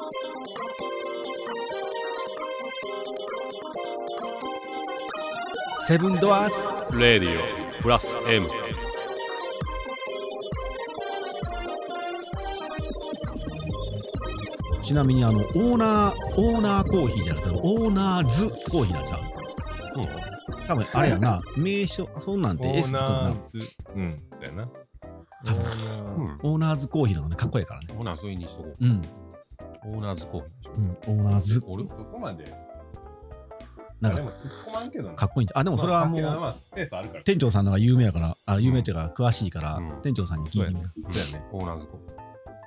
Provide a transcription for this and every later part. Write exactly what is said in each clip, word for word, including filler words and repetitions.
セブンドアーズレディオプラス M。 ちなみにあのオーナーオーナーコーヒーじゃなくてオーナーズコーヒーなんちゃう？うん、多分あれやな名称そんなんて S つくんな。 うんそうやな。 オーナーズコーヒーの方がねかっこいいからね。 オーナーズにしとこう。 うんオーナーズコーヒーでしょ。 うんオーナーズ俺そこまでなんかでも突っ込まんけどな。 かっこいいんじゃあでもそれはもう、 まあまあスペースあるから店長さんのが有名やからあ有名っていうか詳しいから、 うん店長さんに聞いてみる。 そうやね。 オーナーズコーヒー。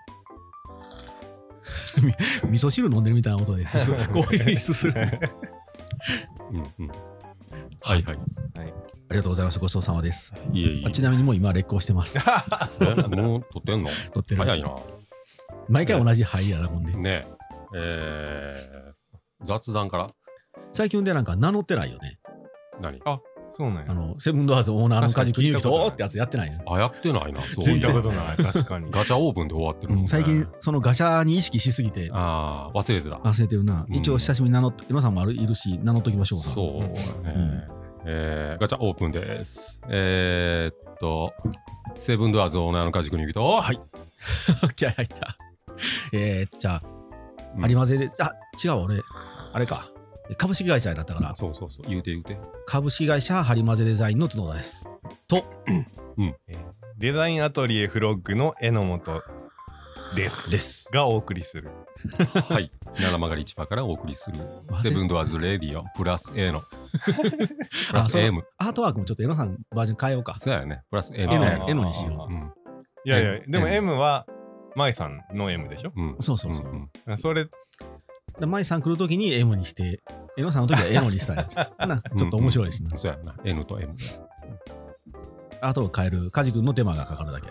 味噌汁飲んでるみたいなことですすコーヒーすする。 うんうん。はいはい。 ありがとうございます。ごちそうさまです。 いえいえ。 あちなみにもう今劣行してます。 えもう撮ってんの？ 撮ってる。 早いな。 毎回同じ入りやなほんで。 ねえ。ー、雑談から最近でなんか名乗ってないよね。 何？ あ、そうなんや。 あのセブンドアーズオーナーの梶国之人ってやつやってないね。 あ、やってないな。そう聞いたことない。確かに。 ガチャオープンで終わってるもんね。 うん最近そのガチャに意識しすぎてああ、忘れてた。 忘れてるな。 うん一応久しぶりに名乗って、江野さんもあるいるし名乗っときましょうか。 そうね、 んえーガチャオープンです。えー、っと、セブンドアーズオーナーの梶国人。はい。 気合入った。えー、じゃあ、 うん有馬勢で、あ、違う俺、あれか。株式会社になったから、 そうそうそう。言うて言うて。 株式会社ハリマゼデザインの角田です。と、 デザインアトリエフロッグの榎本です。 です。 がお送りする。 はい。七曲り市場からお送りするセブンドアーズレディオプラス A のプラス M。 アートワークもちょっと江野さんバージョン変えようか。 そうやね。プラス A 絵のの。 絵のにしようん。 いやいや、でも M M は舞さんの M でしょ。 うん。 そうそうそう。 んうんそれで舞さん来るときに M にして、江野さんのときは N にしたいな。ちょっと面白いしな。 うんそうやな。N と M。 アートを変える梶君の手間がかかるだけ。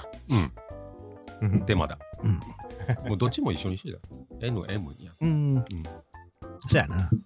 うん。で、まだ。 うん。 もうどっちも一緒にしてた。N、M にや。 うん。そうやな。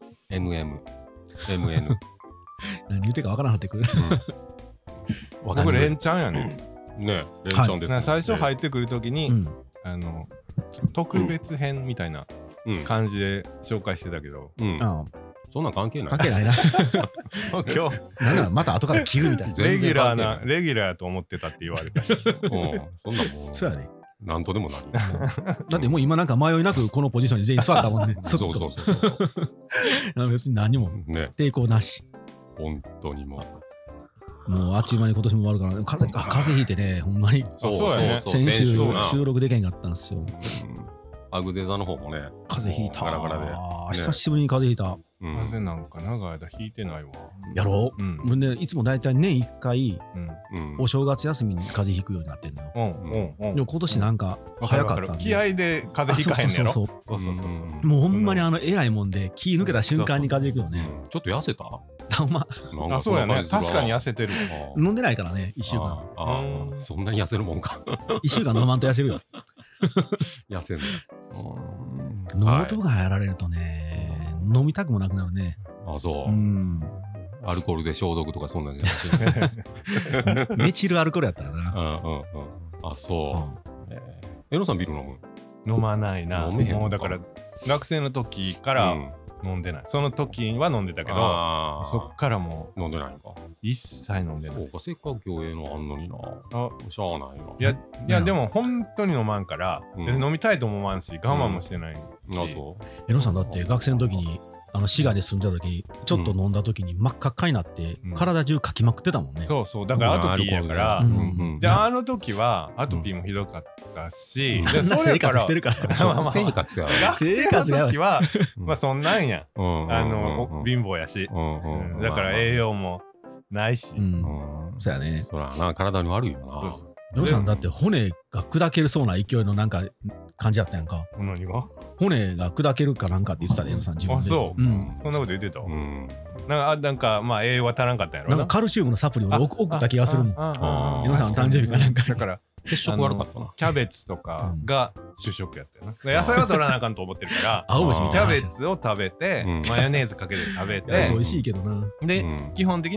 N、M、M、N。 何言ってるかわからなくなってくる。 わかんない僕レンチャンやね。 ねえ、レンチャンですね。 最初入ってくるときに、 うん。 あの特別編みたいなうん。 感じで紹介してたけど、 うん。 あそんなん関係ない。 あ、関係ないな。 今日なんならまた後から切るみたいな。 全然レギュラー関係なないレギュラーと思ってたって言われたし。 うん。そんなもん。 そうやね。 なんとでもなる。 だってもう今なんか迷いなくこのポジションに全員座ったもんね。 そすっとうそうそうそう。 別に何もね、 抵抗なし。 本当にもう。 もうあっちゅう間に今年も終わるから、ね、風邪あ風邪ひいてね、ほんまにそうそうやねそうそう。 先週な収録できへんかったんですよ。 うんアグデザの方もね。 風邪ひいた。 ガラガラで。ね久しぶりに風邪ひいた。 うん風邪なんか長い間引いてないわ。 やろう、 うんでいつもだいたい年いっかいうんうんお正月休みに風邪ひくようになってんのよ。 うんうんうん。 でも今年なんかわかるわかる早かったんで。 気合で風邪ひかへんねやろ。 そうそうそうそうそう。 うんもうほんまにあの偉いもんで気抜けた瞬間に風邪ひくよね。 ちょっと痩せたほんまなんかあそうやね。 んな感じするわ確かに痩せてる。 あー飲んでないからね、いっしゅうかん。 あーあーうんそんなに痩せるもんか。 いっしゅうかん飲まんと痩せるよ。 痩せんの。 喉がやられるとね、飲みたくもなくなるね。 あ、そうう。 ん。 アルコールで消毒とかそんなんじゃなくて。 メチルアルコールやったらうな。 んうんうん。あ、そう。えーエロさんビール飲む飲まないな。 飲めへんのかもうだから学生の時からうん飲んでない。その時は飲んでたけど、 あーそっからも飲んでないんか。 う一切飲んでない。 そうか、せっかく今日ええのあんのにな。 あしゃあないな。 いや、いやでも本当に飲まんから、 うん別に飲みたいとも思わんし、我慢もしてないし。 あ、そエノさんだって学生の時に、あの滋賀に住んでた時に、ちょっと飲んだ時に真っ赤っかになって、 うん体中かきまくってたもんね。 そうそう、だからアトピーやから、 うんうんで、あの時はアトピーもひどかったし、 うんであんな生活してるから。 う。 まあまあ生活やろ。 学生の時は、 うんまあそんなんや。 うんあの、 うんうん貧乏やし、 うんうんうんだから栄養もないし。 うん。 うんそうやね。 そらな、体に悪いよな。 そうそう。 エノさんだって骨が砕けるそうな勢いのなんか感じだったやんか。 何が骨が砕けるかなんかって言ってたで、エノさん自分で。 あ、そう。 うん。 そんなこと言ってた。 うなんん。 か、あなんかまあ栄養は足らんかったんやろな。 なんかカルシウムのサプリを送送った気がするもん。 ああああエノさんの誕生日かなんかにだから、 血色悪かったな。 キャベツとかが主食やったよな。野菜は取らなあかんと思ってるから、 青虫みキャたいな話。 ベツを食べて、 うんマヨネーズかけて食べいやて美、味しいけどな。 で、 うん基本的には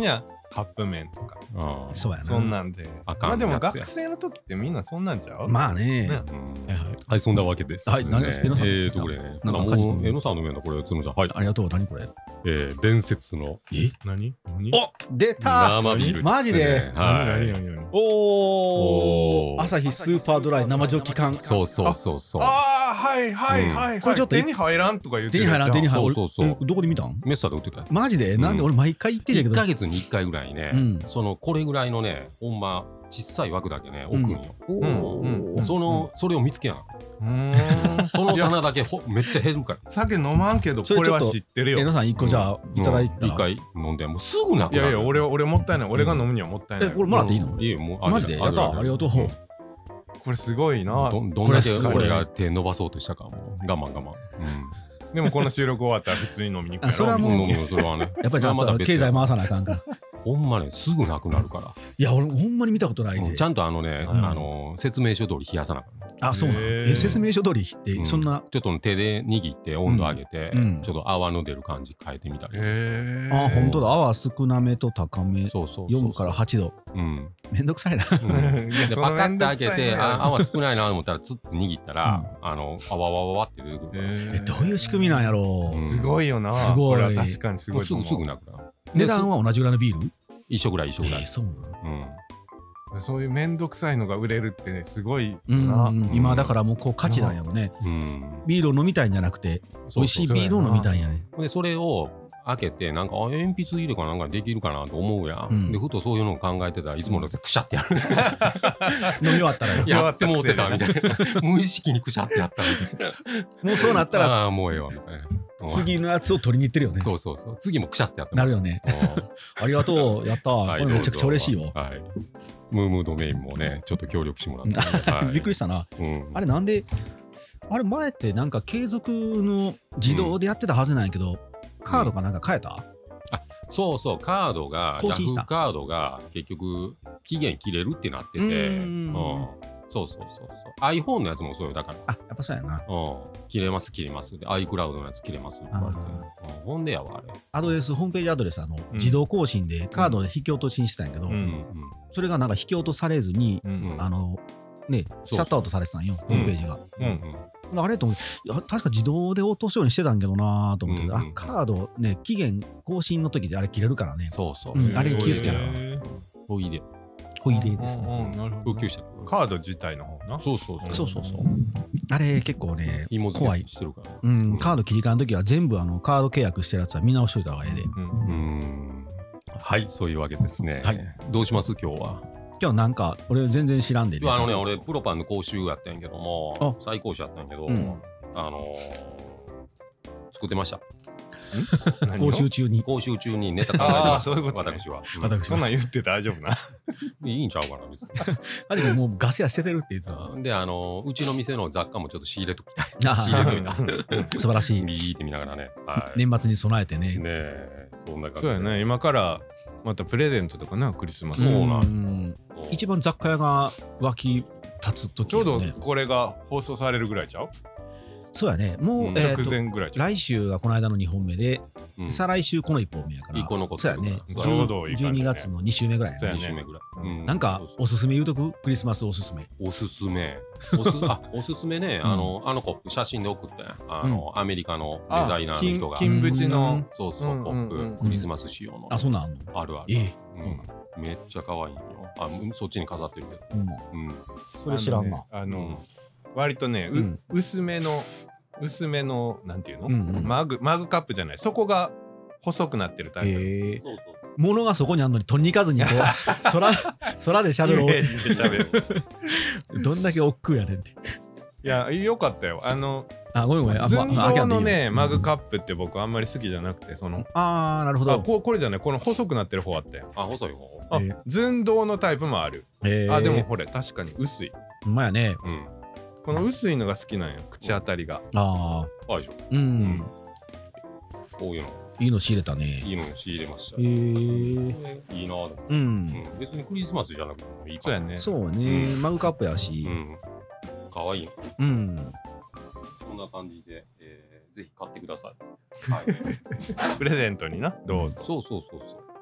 カップ麺とかあそうやな。 そんなんであかんまあでもやつや学生の時ってみんなそんなんちゃうまあね。 ねうんはいはいはい、そんなわけです。 はい何です江野さんえーと、これね、 なんかもカジ君う江野さんの面だ、これ、つむちゃん。はい。 ありがとう。何これ。 えー、伝説のえ何何お出た生ビールですね。 マジではい。 何何何おーおー朝日スーパードライ生ジョッキ缶。 そうそうそうそう。 ああはいはいはいはい、 これちょっと手に入らんとか言って手に入らん手に入らん。 そうそうそう俺えどこで見たんメッサで売ってたよ。 マジでなんでうん俺毎回言ってんやけ 1 ど。 ヶ月にいっかいぐらいね、 うんそのこれぐらいのね、ほんま小さい枠だけね、置くんよ。 おうんーうんその、それを見つけやん。 うーんその棚だけほめっちゃ減るから。 酒飲まんけどこれは知ってるよ江野さん一個じゃあいただいたら。 一回飲んで、もうすぐなくなる。 いやいや俺俺もったいない俺が飲むにはもったいない、 えこれもらっていいのいいよ、もうあるマジでやったありがとう。 これすごいなどどんだけこれ俺が手伸ばそうとしたかもう我慢我慢。 でもこの収録終わったら普通に飲みに行くからあそれはもううん。飲むよそれはね。 やっぱりちゃんとまだ別や経済回さなあかんから。 ほんまね、すぐなくなるかいや俺ほんまに見たことないら。 でち。ゃんとあのね、 うんあの説明書通り冷やさなあかん。 あそうなの。 へーえ説明書通りってうんそんな。 ちょっと手で握って温度上げて、 うんちょっと泡の出る感じ変えてみたり。 へえあ本当だ泡少なめと高め。 そうそうそうそう。 よんからはちど。 うん。 めんどくさいな。 うんいやでそのパカッて開けて、 めんどくさいねあ泡少ないなと思ったら、つって握ったら、あの、泡泡泡って出てくるから。 えどういう仕組みなんやろうんう。 すごいよなすごいこれは確かにすもすぐごいうと思うすぐなくなる。 値段は同じぐらいのビール？ 一緒ぐらい一緒ぐらいえー。そうなの。 うん。 そういうめんどくさいのが売れるってねすごいうんなうん今だからもうこう価値なんやろね。 うん。 ビールを飲みたいんじゃなくて美味しいビールを飲みたいんやね。 でそれを開けてなんかあ鉛筆入れかなんかできるかなと思うやん、 うんでふとそういうのを考えてたらいつものくしゃってやる飲み終わったらよ。 やってもうてたみたいな無意識にくしゃってやったみたいなもうそうなったらああーもうええわみたいな次のやつを取りに行ってるよね。 そうそうそう次もくしゃってやってなるよね。ありがとう。やったー。 はいこれめちゃくちゃ嬉しいよ。 はいムームードメインもねちょっと協力してもらって、はい、 びっくりしたな。 うん、 あれなんであれ前ってなんか継続の自動でやってたはずなんやけど、カードかなんか変えた？ そうそうカードが更新したヤフーカードが結局期限切れるってなっててううんんそうそうそうそう iPhone のやつもそうよだからあやっぱそうやな。 うん、切れます切れますで iCloud のやつ切れますって言われて、うん、ほんでやわあれ、 アドレスホームページアドレスあの、 うん自動更新でカードで引き落としにしてたんやけど、 うんうんそれがなんか引き落とされずに、 うんあのねそうシャットアウトされてたんよ、ホームページが。 うんうんあれと思っていや確か自動で落とすようにしてたんけどなと思って、 うんうんあカードね期限更新の時であれ切れるからね。 そうそう、 うんあれ気をつけなへーほいでほいでですね。 うんうんなるほど復旧したけどカード自体の方なそうそうそうそうそうそう。あれ結構ね紐付怖いけ。してるからねうん、カード切り替えの時は全部あのカード契約してるやつは見直しといた方がええで。 うんうんはいそういうわけですね、 はいどうします今日は今日なんか俺全然知らんで、 今日あのね俺プロパンの講習やったんやけどもあ最高者やったんやけど、 うんあのー作ってました何を講習中に。 講習中にネタ考えてましたあーそういうことね私は、うん私そんなん言って大丈夫な。 いいんちゃうかな別にあでももうガス屋捨ててるって言ってた。 で、あの、うちの店の雑貨もちょっと仕入れときたい。 あ仕入れといた。 素晴らしい。 ビーって見ながらね。はい。 年末に備えてね。 ねえ、そんな感じで。 そうやね今からまたプレゼントとかなクリスマスそうなんんそう一番雑貨屋が湧き立つ時ちょうどよね。 これが放送されるぐらいちゃうそうやね。もう、 うん直えーと前ぐらいちゃう来週がこの間のにほんめで、 うん再来週このいっぽんめやから。 一個残ってるそうやね。 ちょうどいい感じだねじゅうにがつのに週目ぐらいやね。 そうやねに週目ぐらい。うんなんかそうそうおすすめ言うとくクリスマスおすすめ。 おすすめ。おすあおすすめね、 うんあの、あのコップ、写真で送って、あの、アメリカのデザイナーの人が。 金金縁のそうそう、 うんコうんうんップ、クリスマス仕様の。 あ、そんなんあんのあるある。 ええうん。めっちゃ可愛いよ。あ、うんそっちに飾ってるけど。 うん。 うん。 それ知らんな。 あの,、 うん割とね、ううん薄めの薄めのなんていうの、 うんうんマグマグカップじゃないそこが細くなってるタイプ、 へえ。 そうそう。 物がそこにあんのに取りに行かずにこう空空でしゃべろイメージで喋るう。どんだけ億劫やねんって。 いやよかったよあのあ、ごめんごめん。あ寸まあ胴のね、マグッカップって僕あんまり好きじゃなくてそのプ。あー、なるほど。 あここれじゃないこの細くなってる方あったよあ、細い方。 あ、 えー寸胴のタイプもある、 へーあでもこれ確かに薄いほんまやね。 うん。 この薄いのが好きなんよ口当たりがああ、いいでしょ。 ー。うん。 こういうの、 いいの仕入れたね。 いいの仕入れましたへよ。 ー。 いいなぁ。 う。 うんん。別にクリスマスじゃなくてもいいかもそうやねそうね。 うんマグカップやしう。ん。かわいい。 うん。 こんな感じで、えーぜひ買ってください。はい。 プレゼントになどうぞそうそうそうそう。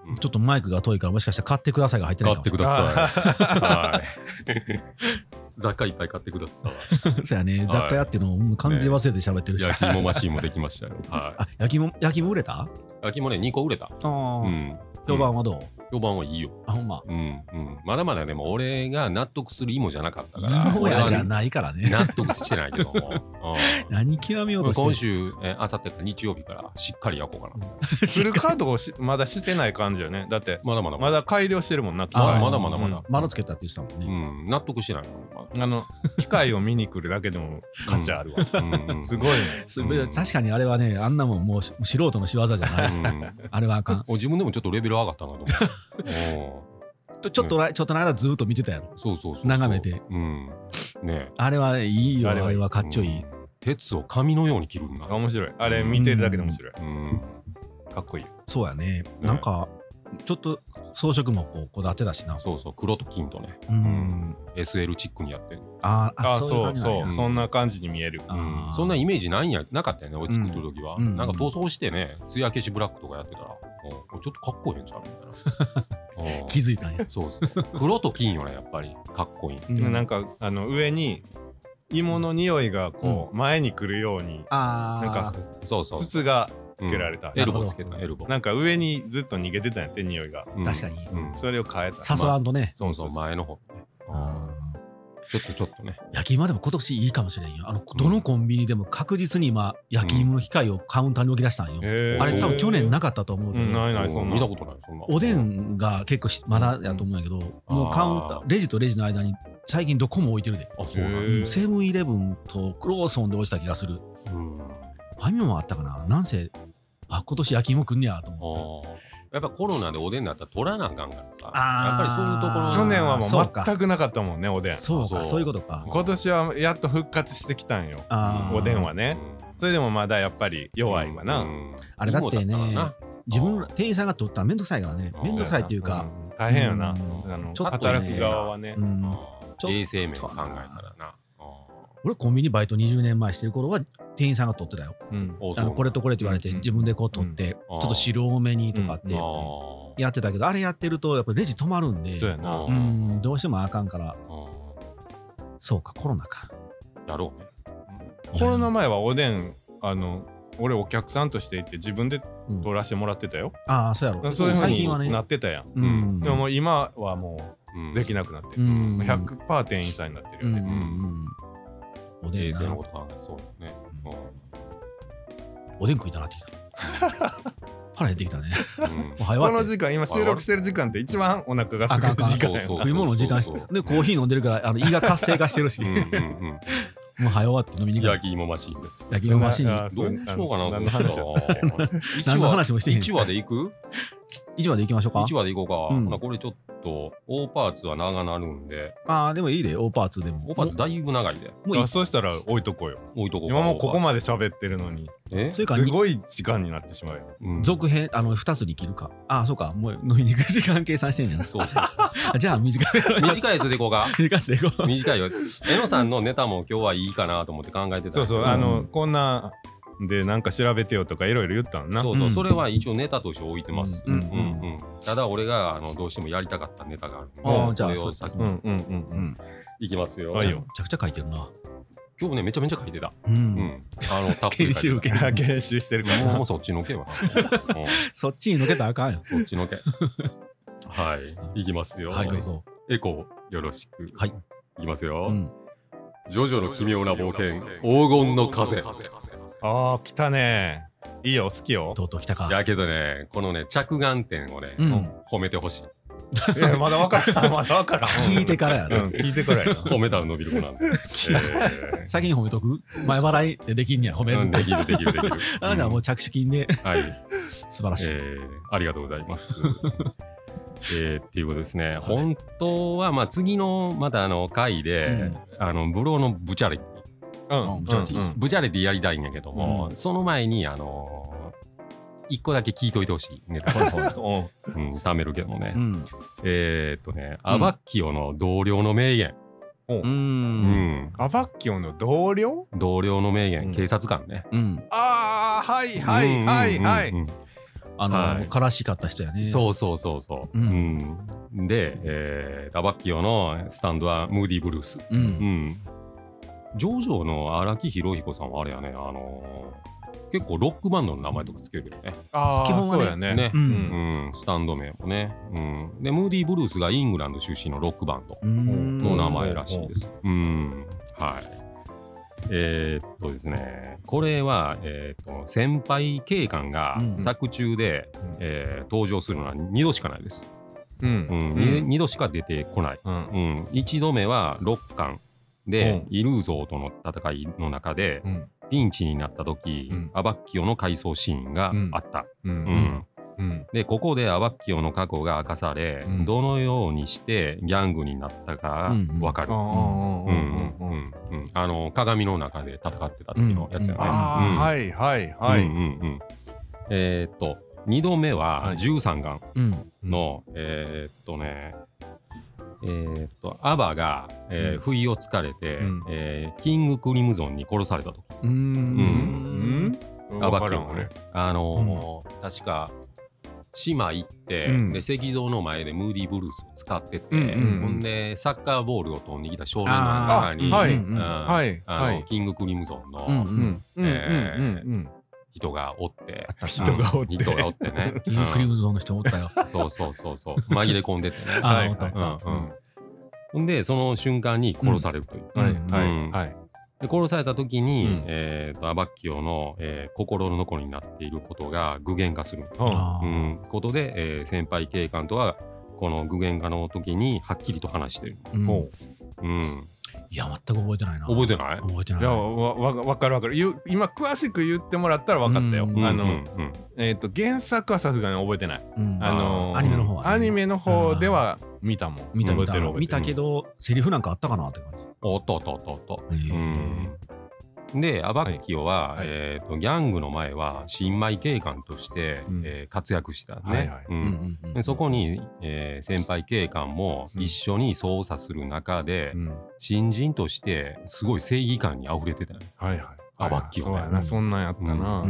うん、 ちょっとマイクが遠いからもしかしたら買ってくださいが入ってない買かもってください。はい。雑貨いっぱい買ってください。 そうやね、雑貨屋っていうのをもう完全に忘れて喋ってるし、 焼き芋マシンもできましたよ。はい。 あ、焼き芋焼き芋売れた？ 焼き芋ねにこ売れた。 ああ、 うん。 評判はどう？ 評判はいいよ。 あ、ほんま。 うんうん。まだまだでも俺が納得する芋じゃなかったから。 芋やじゃないからね。 納得してないけども。 何極めようとしてる？ 今週、え、あさってか日曜日からしっかり焼こうかな。 フル稼働しまだしてない感じよね。だってまだまだまだ改良してるもんな。 あまだまだまだ。 うん、窓つけたって言ってたもんね。 うん、納得してないもん。あの機械を見に来るだけでも価値あるわ。すごいね。 す確かにあれはね、あんなもんもう素人の仕業じゃない。あれはあかん。 自分でもちょっとレベル上がったなと思って。 ちょっとちょっとの間ずっと見てたやろ。 そうそうそう。 眺めて。 うん。ね。 あれはいいよ。あれはかっちょいい。 鉄を紙のように切るんだ。 面白い。あれ見てるだけで面白い。うん。かっこいい。 そうやね。なんかちょっと装飾もこうこだわってたしな。 そうそう。黒と金とね。 うん。 エスエル チックにやってる。 ああ、 そうそう。そんな感じに見える。 そんなイメージないんやなかったよね。俺作ってる時は。なんか塗装してね、艶消しブラックとかやってたら、ちょっとかっこいいんちゃうみたいな。 気づいたんや。 そうそう。黒と金よね、やっぱりかっこいい。 なんかあの上に芋の匂いがこう前に来るように、なんかそうそう筒がつけられた。 エルボつけたエルボ。 なんか上にずっと逃げてたんやって匂いが。 確かに。 それを変えた。 サソランドね。 そうそう前の方。ちょっとちょっとね。 焼き芋でも今年いいかもしれんよ。あのどのコンビニでも確実に今焼き芋の機械をカウンターに置き出したんよ。あれ多分去年なかったと思うけど。 ないないそんな。 見たことないそんな。 おでんが結構まだやと思うんやけど、もうカウンターレジとレジの間に最近どこも置いてるで。 あ、そうなんだ。 セブンイレブンとローソンで落ちた気がする。ファミマもあったかな。なんせあ今年焼き芋くんねやと思って。 やっぱコロナでおでんだったら取らなあかんからさ。やっぱりそういうところ。 去年はもう全くなかったもんね、おでん。 そうか、そういうことか。 今年はやっと復活してきたんよ。おでんはね。それでもまだやっぱり弱いわな。 あれだってね、自分店員さんが取ったらめんどくさいからね。めんどくさいっていうか大変よな。働く側はね。 衛生面考えたらな。 俺コンビニバイトにじゅうねんまえしてる頃は店員さんが取ってたよ。あのこれとこれって言われて自分でこう取ってちょっと白多めにとかってやってたけど、あれやってるとやっぱりレジ止まるんで、うんどうしてもあかんから。そうか、コロナか。 やろうね。 コロナ前はおでんあの俺お客さんとして行って自分で取らせてもらってたよ。 ああ、そうやろ。 そういう風になってたやん。でも今はもうできなくなってる。ひゃくパーセント店員さんになってるよね。 おでん衛生のこと考えてそうね。 おでん食いたなってきた。腹減ってきたね。 この時間今収録してる時間って一番お腹が空く時間や。 食い物の時間でコーヒー飲んでるからあの胃が活性化してるし。もう早終わって飲みに行く。 焼き芋マシーンです。 焼き芋マシーン。 どうしようかな。 何の話もしてへん。 いちわで行く？ いちわで行きましょうか。 いちわで行こうか。これちょっと大パーツは長なるんで。 ああでもいいで、大パーツでも。 大パーツだいぶ長いで。 もうそうしたら置いとこうよ。 置いとこう。 今もうここまで喋ってるのに。え？すごい時間になってしまうよ。 続編あのふたつに切るか。ああそうか、もう飲みに行く時間計算してんやな。そうそうそう。じゃあ短い短いやつでいこうか。 短いやつでいこう。 短いよ。えのさんのネタも今日はいいかなと思って考えてた。 そうそう、あのこんなでなんか調べてよとかいろいろ言ったのな。 そうそう、それは一応ネタとして置いてます。うんうんうん。ただ俺があのどうしてもやりたかったネタがあるので、それを先にいきますよ。 めちゃくちゃ書いてるな。 今日ねめちゃめちゃ書いてた。うん。あのたっぷり研修研修してるから。 もうそっちのけは。 そっちにのけたらあかんよ。 そっちのけ。はい。いきますよ。 はいどうぞ。 エコーよろしく。 はい。 いきますよ。ジョジョの奇妙な冒険黄金の風。 ああ来たね。いいよ好きよ。 とうとう来たか。 やけどねこのね着眼点をね褒めてほしい。 いやまだ分からんまだ分からん。 聞いてからやろ。 聞いてからや。 褒めたら伸びる子なんで。 先に褒めとく。前払いでできんねや褒める。 できるできるできる。 あじゃあもう着手金で。 はい。 素晴らしい。 ありがとうございます。えー、っていうことですね。本当はまあ次のまたあの回であのブローのブチャレティ。ブチャレティやりたいんやけども、その前にあの一個だけ聞いといてほしいネタ。貯めるけどもね。えっとねアバッキオの同僚の名言。 アバッキオの同僚？ 同僚の名言、警察官ね。 ああはいはいはいはい。 あの、はい、悲しかった人やね。 そうそうそうそう、うんうん、で、えー、アバッキオのスタンドはムーディーブルース、うんうん、ジョジョの荒木博彦さんはあれやね、あのー、結構ロックバンドの名前とかつけるよね。 あ基本は ね, そうね, ね、うんうん、スタンド名もね、うん、でムーディーブルースがイングランド出身のロックバンドの名前らしいです。うん、はい。えー、っとですね、これは、えー、っと先輩警官が作中で、うんえー、登場するのはにどしかないです。うんうん、に, にどしか出てこない。うんうん、いちどめはろっかんで、うん、イルーゾーとの戦いの中で、うん、ピンチになった時、うん、アバッキオの回想シーンがあった。うんうんうんうん、でここでアバッキオの過去が明かされ、うん、どのようにしてギャングになったか分かる。あの鏡の中で戦ってた時のやつやね。 はいはいはい。 えー、っとにどめはじゅうさんがんの、うん、えー、っとねえー、っとアバが、えー、不意をつかれて、うんえー、キングクリムゾンに殺された時。うん、うん、アバッキオね。あのーうん、確か島行って、うん、で石像の前でムーディーブルースを使ってて、うんうん、ほんでサッカーボールを飛んできた少年の中に、はいうんはい、あの、はい、キングクリムゾンの人がおって人がおって人がおってねキングクリムゾンの人おったよそうそうそうそう紛れ込んでてねはいはいはいうんうん、ほんでその瞬間に殺されるという、うん、はいはいはいで殺された時に、うんえー、とアバッキオの、えー、心の残りになっていることが具現化する、うん、ことで、えー、先輩警官とはこの具現化の時にはっきりと話してる、うんうん、いや全く覚えてないな覚えてない覚えてない。 いやわわ分かる分かる今詳しく言ってもらったら分かったよ、うん、あの、うんうん、えー、と原作はさすがに覚えてない、うん、あのー、 アニメの方は、ね、 アニメの方では見たもん見た見た見たけどセリフなんかあったかなって感じ。 おっとっとっとっと、うん、でアバッキオは、はいえー、とギャングの前は新米警官として、うんえー、活躍したねそこに、えー、先輩警官も一緒に捜査する中で、うん、新人としてすごい正義感にあふれてたよ、はいはいアバッキオね、 そうやな、そんなんやったな、うんうんうん、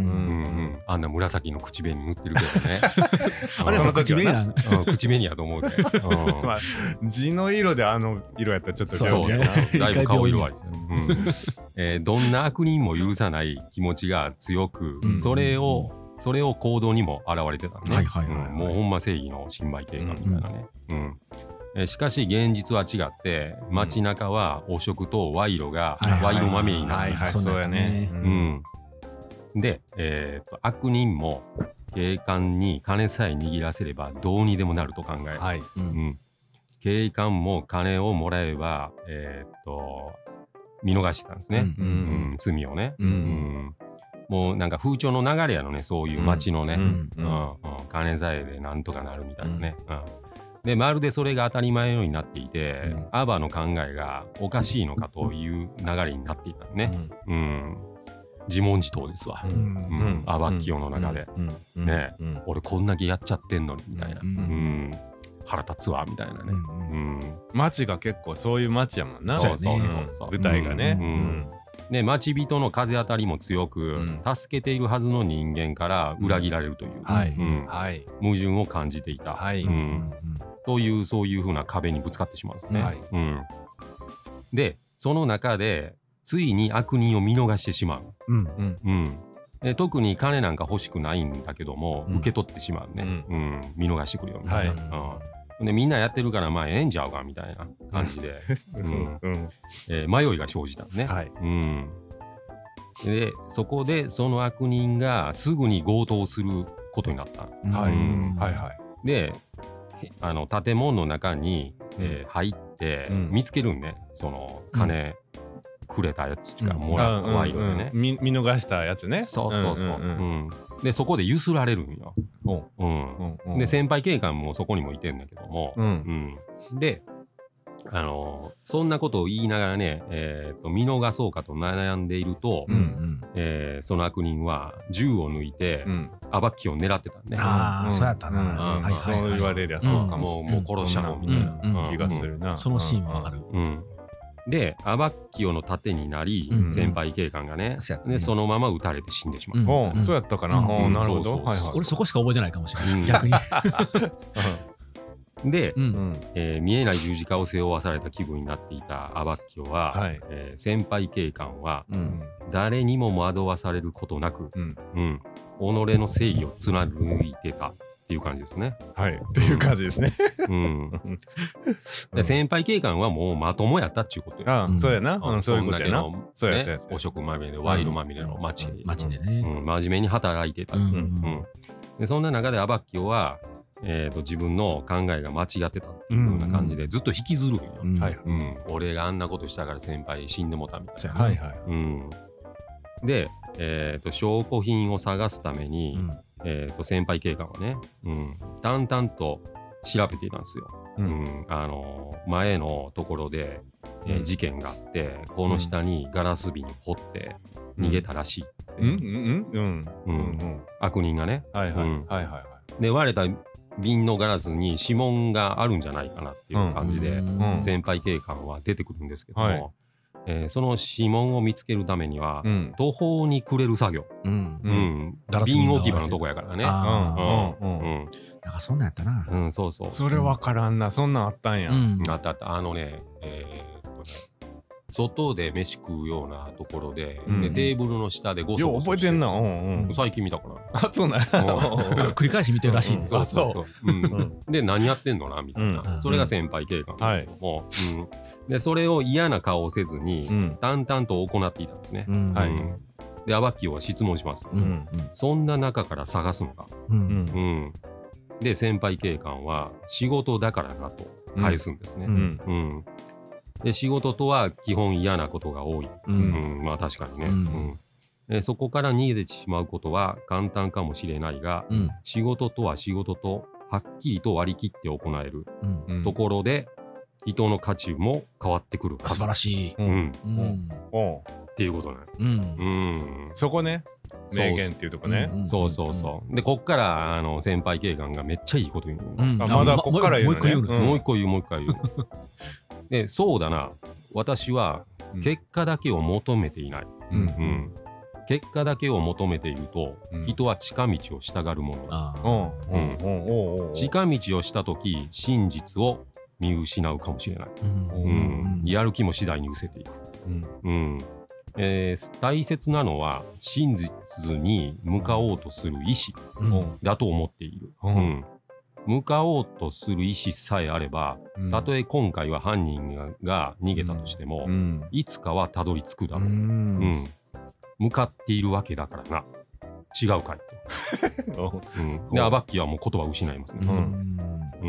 あんな紫の口紅塗ってるけどねあれは口紅やな、 うん、口紅やと思うで、うんまあ、地の色であの色やったらちょっとそうそうそうだいぶ顔色悪いですよ、うんえー、どんな悪人も許さない気持ちが強く、うん、それをそれを行動にも現れてたね、はいはいはいはいうん、もうほんま正義の新米警官みたいなね、うんうんえしかし現実は違って街中は汚職と賄賂が賄賂まみれになっています。 そうやね、 うんうん、で、えー、と悪人も警官に金さえ握らせればどうにでもなると考え、はいうんうん、警官も金をもらえば、えー、と見逃してたんですね、うんうんうん、罪をね、うんうん、もうなんか風潮の流れやのねそういう街のね、うんうんうんうん、金さえでなんとかなるみたいなね、うんうんでまるでそれが当たり前のようになっていて、うん、アバの考えがおかしいのかという流れになっていたね、うんうん、自問自答ですわ、うんうん、アバッキオの中で、うんねうん、俺こんだけやっちゃってんのにみたいな、うんうん、腹立つわみたいなね、うんうん、 街が結構そういう街やもんなそうそうそうそう舞台がね、うんうんで町人の風当たりも強く、うん、助けているはずの人間から裏切られるという、うんはいうんはい、矛盾を感じていた、はいうん、というそういう風な壁にぶつかってしまうんですね、はいうん、でその中でついに悪人を見逃してしまう、うんうんうん、で特に金なんか欲しくないんだけども、うん、受け取ってしまうね、うんうん、見逃してくるよみたいな、はいうん、でみんなやってるからまあええんちゃうかみたいな感じで、うんうんえー、迷いが生じたね、はいうん、でそこでその悪人がすぐに強盗することになった、はいうんはいはい、であの建物の中に、えー、入って見つけるんね、その金くれたやつがもらった賄賂でね、 うんうんうん、見, 見逃したやつねそうそうそう、うんうんうん、でそこでゆすられるんよ、うんうんうん、で先輩警官もそこにもいてんだけども、うんうん、であのそんなことを言いながらね、えー、と見逃そうかと悩んでいると、うんうんえー、その悪人は銃を抜いて、うん、アバッキを狙ってたんね。 ああ、うん、そうやったな、うんはいはいはい、そう言われりゃそうかも、 うん、もう、もう殺しちゃおうみたいな、 うん、気がするな、 そのシーンはわかる、 うん、 でアバッキオの盾になり、うん、先輩警官がね、うん、でそのまま撃たれて死んでしまう、 うんうん、そうやったかな、うん、なるほど。 俺そこしか覚えてないかもしれない、うん、逆にで、うんえー、見えない十字架を背負わされた気分になっていたアバッキオは、はいえー、先輩警官は、うん、誰にも惑わされることなく、うんうん、己の正義を貫いてたっていう感じですね。 はいっていう感じですね。 うん、で先輩警官はもうまともやったっちゅうことや。ああそうやな、うん、そういうことやな。 そうやね、汚職まみれで賄賂まみれの町、 うん、町でね、 うん、真面目に働いてた、うんうんうん、でそんな中でアバッキオはえー、と自分の考えが間違ってたっていうような感じでずっと引きずるんよ、うんうん、俺があんなことしたから先輩死んでもたみたいな、はいはいうん、で、えー、と証拠品を探すために、うんえー、と先輩警官はね、うん、淡々と調べていたんですよ、うんうん、あの前のところで、えー、事件があってこの下にガラス瓶を掘って逃げたらしいって、うんうんうん、悪人がね、はいはいうんはいはいはい、で割れた瓶のガラスに指紋があるんじゃないかなっていう感じで、うん、先輩警官は出てくるんですけども、はいえー、その指紋を見つけるためには、うん、途方に暮れる作業、うんうん、瓶置き場のとこやからね。 なんかそんなんやったな。 うん、そうそう。 それ分からんな、そんなんあったんや。うん、 あったあった、あのね、えー、っとね、外で飯食うようなところで、うん、でテーブルの下でゴソゴソしてる。よう覚えてんな、うんうん、最近見たから。 あ、そうなんや。 繰り返し見てるらしいんです。 そうそうそう。うん、で、何やってんのなみたいな、うん。それが先輩警官なんですけども、はいうんでそれを嫌な顔をせずに、うん、淡々と行っていたんですね。うんはい、でアバッキオは質問します、うん、そんな中から探すのか、うんうん、で先輩警官は仕事だからなと返すんですね、うんうん、で仕事とは基本嫌なことが多い、うんうん、まあ確かにね、うんうんでそこから逃げてしまうことは簡単かもしれないが、うん、仕事とは仕事とはっきりと割り切って行えるところで、人の価値も変わってくる。 素晴らしい、うんうんうん、っていうことね、うんうん、 そこね名言っていうとこね、 うんうん、そうそうそう、でこっからあの先輩警官がめっちゃいいこと言うの、 うん、あまだこっから言うね、 もう一個言うもう一回言うでそうだな私は結果だけを求めていない、うんうん、結果だけを求めていると、うん、人は近道を従うものだ、近道をしたとき真実を見失うかもしれない、うんうん、やる気も次第に失せていく、うんうんえー、大切なのは真実に向かおうとする意志だと思っている、うんうん、向かおうとする意志さえあれば、うん、たとえ今回は犯人が、が逃げたとしても、うん、いつかはたどり着くだろう、うんうん、向かっているわけだからな違うかいと、うん、でアバッキーはもう言葉を失いますね、うんうん、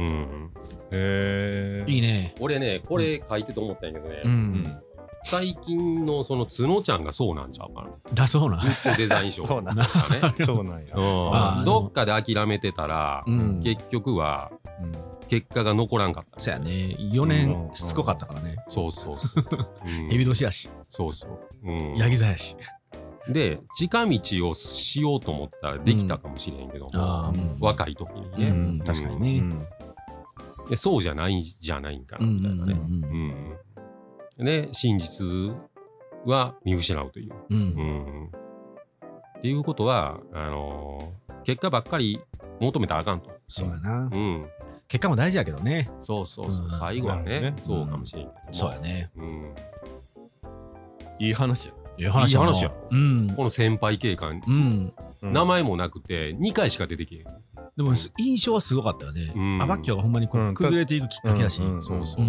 へえいいね。 俺ねこれ書いてて思ったんやけどね、うんうん、最近のその角ちゃんがそうなんちゃうかな。 だそうなんデザイン賞そうなんねそうなんや、 うん、どっかで諦めてたら、うん、結局は、うん、結果が残らんかった、ね、 そうやねよねんしつこかったからね、うん、 そうそうそう、 うん、ヘビ年やしそうそう、うん、 ヤギ座やしで近道をしようと思ったらできたかもしれんけども、うん、若い時にね、うん、 確かにね、うんでそうじゃないじゃないんかなみたいなね、うんうん、で真実は見失うという、うんうん、っていうことはあのー、結果ばっかり求めたらあかんと。 そうやな、うん、結果も大事やけどね。 そうそうそう、うん、最後は ね, ねそうかもしれんけど、うん、 そうやね、うん、 いい話やいい話 や, いい話や、うん、この先輩警官、うん、名前もなくてにかいしか出てけへん。 でも印象はすごかったよね、うん、アバッキオがほんまにこう崩れていくきっかけだし、うん、 そうそうそう、うん、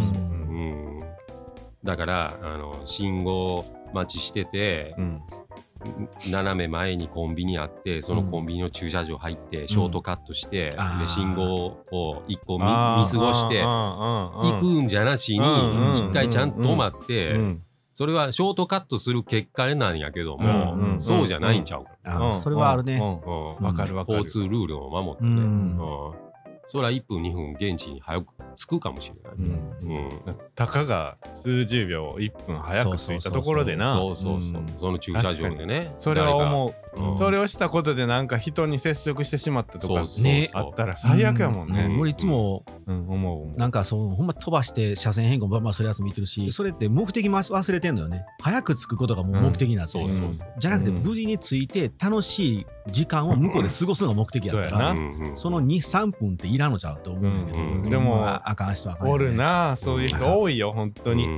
だからあの信号待ちしてて、うん、斜め前にコンビニあってそのコンビニの駐車場入って、うん、ショートカットして、うん、で信号をいっこ 見, 見過ごして行くんじゃなしに一回ちゃんと止まって、うんうんそれはショートカットする結果なんやけども、うんうん、そうじゃないんちゃうか、 うんうん、それはあるね、 うんうん、分かる分かる交通ルールを守ってね、うんうん、それはいっぷんにふん現地に早く着くかもしれない、うんうん、たかが数十秒いっぷん早く着いたところでなそうそうそう、うん、その駐車場でねそれは思ううん、それをしたことでなんか人に接触してしまったとかねあったら最悪やもんね、 うん、俺いつも、 うん、思うなんかそうほんま飛ばして車線変更バンバンするやつ見てるし、それって目的忘れてんのよね。早く着くことがもう目的になって、うん、そうそうそう、じゃなくて無事に着いて楽しい時間を向こうで過ごすのが目的やから、うん、その にさんぷんっていらんのちゃうと思うんだけど、うんうん、 でも、 まあ、あかん人はあかんよね。 おるな、そういう人多いよ本当に、うん、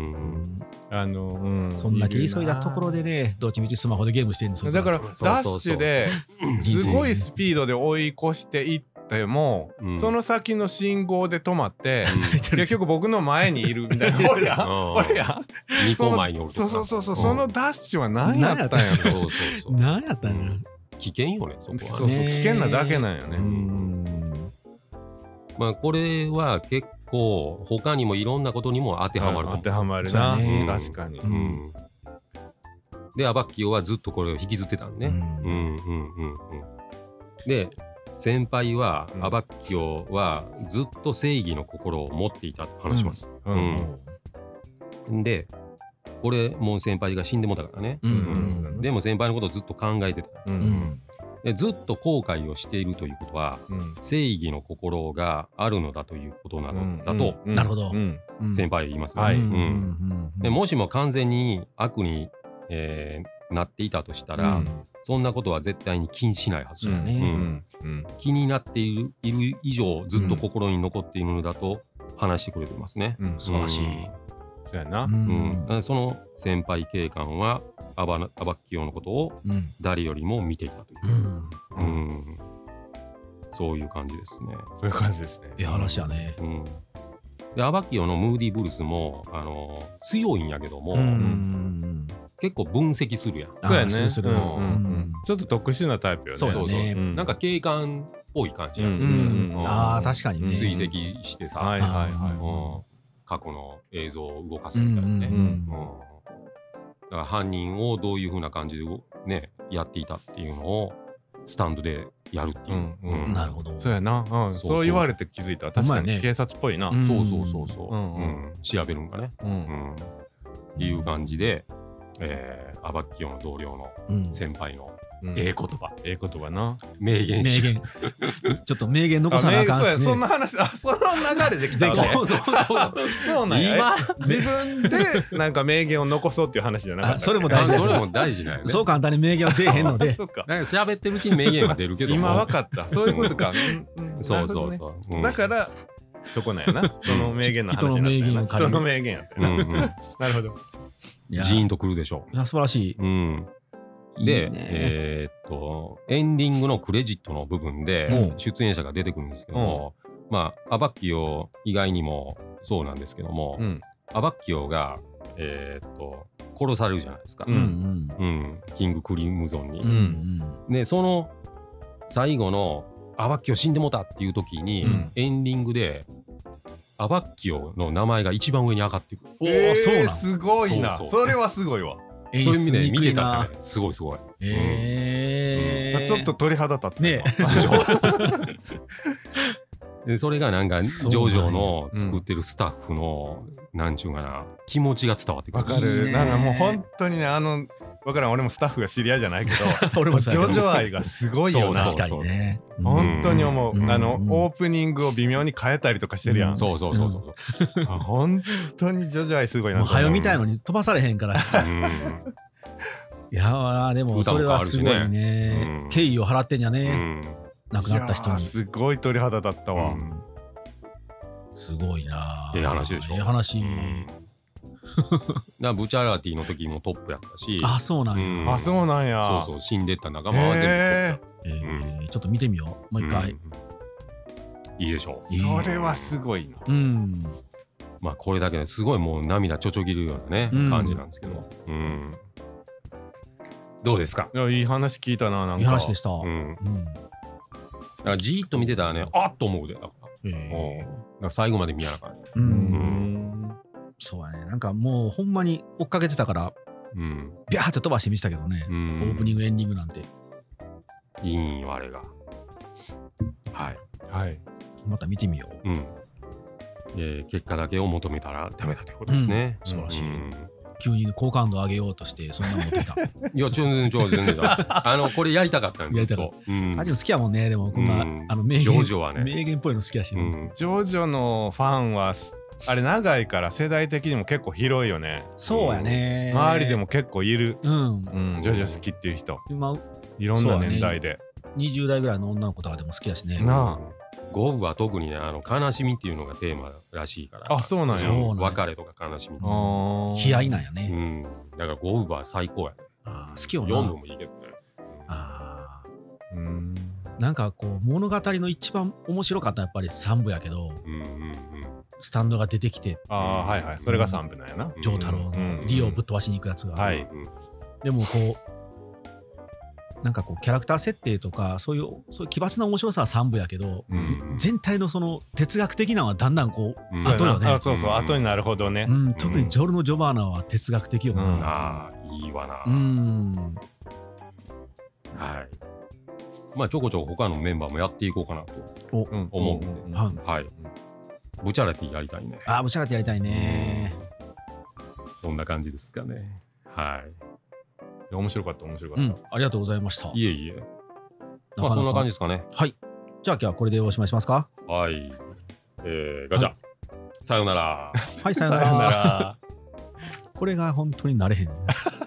あの、うん、 そんだけ急いだところでね、どっちみちスマホでゲームしてるんですよ。 だからダッシュですごいスピードで追い越していっても、うん、その先の信号で止まって、うん、結局僕の前にいるみたいな俺や俺やにこまえにおるとか、 そうそうそうそう、うん、そのダッシュは何やったんやろ。 そうそうそう、何やったんやろ、うん、 危険よね、そこはね。 そうそう、危険なだけなんよね。うん、 まあこれは結構他にもいろんなことにも当てはまる、 うん、当てはまるな、うん、確かに、うん、 でアバッキオはずっとこれを引きずってたんね、うんうんうんうん、で先輩は、うん、アバッキオはずっと正義の心を持っていたと話します、うんうん、でこれもう先輩が死んでもたからね、うんうんうん、でも先輩のことをずっと考えてた、うんうん、でずっと後悔をしているということは、うん、正義の心があるのだということなのだと、 うん、なるほど、 先輩言いますよね、はい、うん、でもしも完全に悪に、えー、なっていたとしたら、うん、そんなことは絶対に気にしないはずだね、うんうんうん、気になっている、いる以上ずっと心に残っているのだと話してくれていますね、 うん、素晴らしい、 そうやな、 うんうん、その先輩警官はアバ、アバッキオのことを誰よりも見ていたという、うんうん、そういう感じですね。 そういう感じですね。 いい話やね、うん、 でアバッキオのムーディーブルースもあの強いんやけども、うん、結構分析するやん。 そうやね、する、うんうんうん、ちょっと特殊なタイプよね。 そうそうそう、 うん、なんか警官っぽい感じやん、うんうんうん、ああ確かにね、 追跡してさ、 はいはいはい、うん、 過去の映像を動かすみたいなね、うんうんうん、だから犯人をどういう風な感じでねやっていたっていうのをスタンドでやるっていう、うんうんうん、なるほど、 そうやな、うん、そうそう言われて気づいたら確かに警察っぽいな、 うん、そうそうそうそう、うんうん、調べるんかね、うんうん、っていう感じで、えー、アバッキオの同僚の先輩のええ言葉、 ええ言葉な、 名言名言ちょっと名言残さなあかんし、ね、 そうや、そんな話、あ、その流れできたわけそうそうそうそうなんや、今自分でなんか名言を残そうっていう話じゃなかった、 それも大事それも大事なんやね。 そう簡単に名言は出えへんのでそうか、なんか喋ってるうちに名言は出るけど今分かった、そういうことか、 うんうん、そうそうそう、 ね、だからそこなんやな、その名言の話になったよな、人の名言やったよな、うんうん、なるほど、 ジーンとくるでしょ。 いや素晴らしい、うん、 で、 いいね、 えー、っとエンディングのクレジットの部分で出演者が出てくるんですけども、うん、まあアバッキオ以外にもそうなんですけども、うん、アバッキオが、えー、っと殺されるじゃないですか、うんうんうん、キングクリムゾンに、うんうん、でその最後のアバッキオ死んでもたっていう時に、うん、エンディングでアバッキオの名前が一番上に上がってくる。 おー、そうなん、すごいな、そうそう、それはすごいわ。 そういう意味で見てたらね、すごいすごい。 えーうん、ちょっと鳥肌立ってねでそれがなんかジョジョの作ってるスタッフの、うん、なんちゅうかな、気持ちが伝わってくる。 わかる、なんかもう本当にね、あのわからん、俺もスタッフが知り合いじゃないけど俺もジョジョ愛がすごいよな。 確かにね、 本当に思う、うん、あの、うん、オープニングを微妙に変えたりとかしてるやん、うん、 そうそうそうそう本当にジョジョ愛すごいな。 はよみたいのに飛ばされへんからうんいやーでもそれはすごいね、うん、敬意を払ってんじゃね、うん、亡くなった人に。 すごい鳥肌立ったわ、うん、 すごいな。 ええ話でしょ。 ええ話、うん、 だブチャラティの時もトップやったし。 あ、そうなんや、 うん、あ、そうなんや。 そうそう、死んでった仲間は全部トップやった、 えーうん、ちょっと見てみよう、もう一回、うん、 いいでしょう。 それはすごいな、 うん、まあこれだけですごいもう涙ちょちょぎるようなね、うん、感じなんですけど、うん、どうですか。 いや、いい話聞いたな。なんかいい話でした、うんうん、 だからじーっと見てたらね、あっと思うで、だから、だから最後まで見やなかった、うんうん、 そうやね、なんかもうほんまに追っかけてたから、うん、ビャーって飛ばして見てたけどね、うん、オープニングエンディングなんていいんよあれが。はいはい、 また見てみよう、うん、 えー、結果だけを求めたらダメだということですね、 うん、素晴らしい、うん、 急に好感度上げようとしてそんなの持ってきた。いや全然全然全然あのこれやりたかったんですよ。やりたかった。うん、 ハジも好きやもんね。でもこんな、うん、あの名言、ジョジョはね、名言っぽいの好きやし、ね、うん、 ジョジョのファンはあれ長いから世代的にも結構広いよね。 そうやね。 周りでも結構いる。 うん、 うん、ジョジョ好きっていう人。今いろんな年代で、ね、 にじゅう代ぐらいの女の子とかでも好きやしね。 なあ。 ゴブは特にね、あの悲しみっていうのがテーマらしいから。 あ、そうなんや。 別れとか悲しみ。 悲哀なんやね。 うん。だからゴブは最高やね。 あ、好きよな。 読んでもいいけどね。 ああ。うん。なんかこう物語の一番面白かったのはやっぱりさん部やけど、うんうんうん、スタンドが出てきて、 ああはいはい、それがさん部なんやな。 丈太郎のリオをぶっ飛ばしに行くやつが。はい。でもこう。なんかこうキャラクター設定とかそういうそういう奇抜な面白さはさん部やけど、うん、全体のその哲学的なのはだんだんこう、うん、後よね。 あ、そうそう、後になるほどね。 うん、特にジョルノ・ジョバーナは哲学的よな。うん、 ああいいわな。 うん。 はい。まあちょこちょこ他のメンバーもやっていこうかなと思うんで、うん、はい。ブチャラティやりたいね。 あ、ブチャラティやりたいね。 そんな感じですかね。はい。 面白かった面白かった、うん、 ありがとうございました。 いえいえ。まあそんな感じですかね。 はい。じゃあ今日はこれでおしまいしますか。 はい。えー、ガチャ、はい、さよなら。 はい、さよなら。さよなら。これが本当になれへん。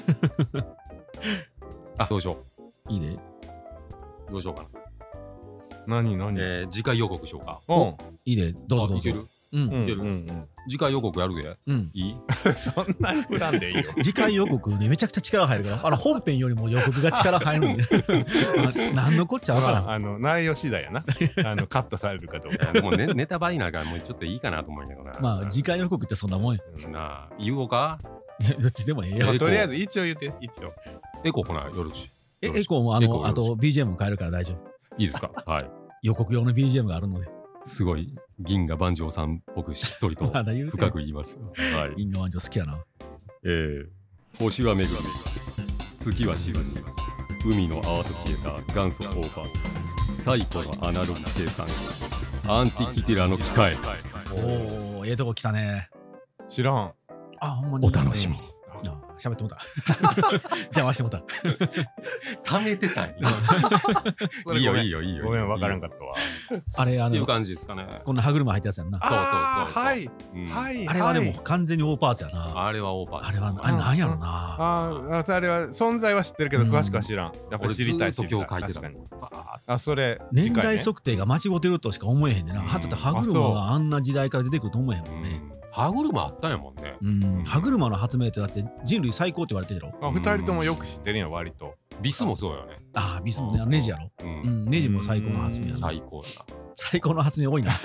あ、どうしよう。いいね。 どうしようかな。何何、 えー、次回予告しようか。 うん。いいね。どうぞどうぞ。 いける？うん、いける。うんうん、次回予告やるで。うん、いい？ そんなに振らんでいいよ。 次回予告ね、めちゃくちゃ力入るから、あの本編よりも予告が力入るんで。何のこっちゃわからん。 あの内容次第やな。あのカットされるかどうか。 でもね、ネタバレになるからもうちょっといいかなと思うんやけどな。 まあ次回予告ってそんなもんや。 なあ、言おうか？ どっちでもええよ。 とりあえず一応言って、一応。 エコーほな、よろしい。 え、エコーもあの、あと ビージーエム も変えるから大丈夫。 いいですか？はい。 予告用の ビージーエム があるので。 すごい銀河万丈さんっぽくしっとりと深く言いますよ。 はい、銀河万丈好きやな。 えー、星は巡る、月は沈む、海の泡と消えた元祖オーパーツ、最古のアナログ計算機、アンティキティラの機械。 おお、ええとこ来たね。 知らん。 あ、ほんまに。 お楽しみに。 喋ってもた。邪魔してもた。 溜めてたんいいよいいよいいよ。 ごめん分からんかったわ。 あれあのっていう感じですかね。 こんな歯車入ったやつやんな。 そうそうそう。 はいはい。 あれはでも完全にオーパーツやな。 あれはオーパーツ。 あれはあれなんやろな。 ああ、あれは存在は知ってるけど詳しくは知らん。やっぱり知りたい。 今日書いてた。 あ、それ年代測定が間違ってるとしか思えへんでな。はって歯車があんな時代から出てくると思えへんもんね。 歯車あったんやもんね。 うん、歯車の発明ってだって人類最高って言われてるやろ。 あ、二人ともよく知ってるんや割と。 ビスもそうよね。 ああ、ビスもね、ネジやろ。うん、ネジも最高の発明やな。 最高やな。 最高の発明多いな。ね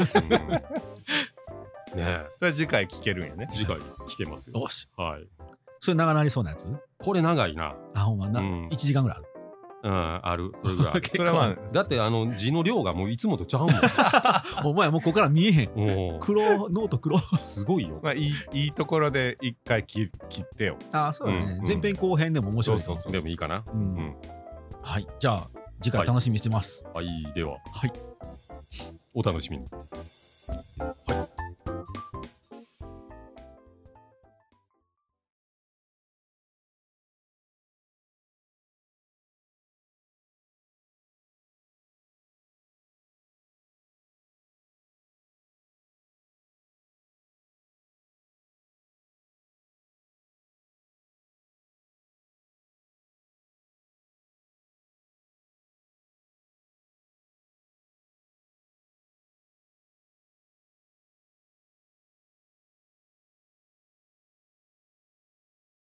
え。 それ次回聞けるんやね。 次回聞けますよ。 よし。 はい。 それ長なりそうなやつ？ これ長いな。 あ、ほんまな。いちじかんぐらいある。 うん、ある。それぐらい。それはだってあの字の量がもういつもとちゃうもん。 お前もうここから見えへん。黒ノート黒。 すごいよ。 まあいいいいところで一回切ってよ。 あ、そうだね。前編後編でも面白い。 そうそう。でもいいかな。うん。 はい。じゃあ次回楽しみにしてます。 はい。では。 はい。 お楽しみに。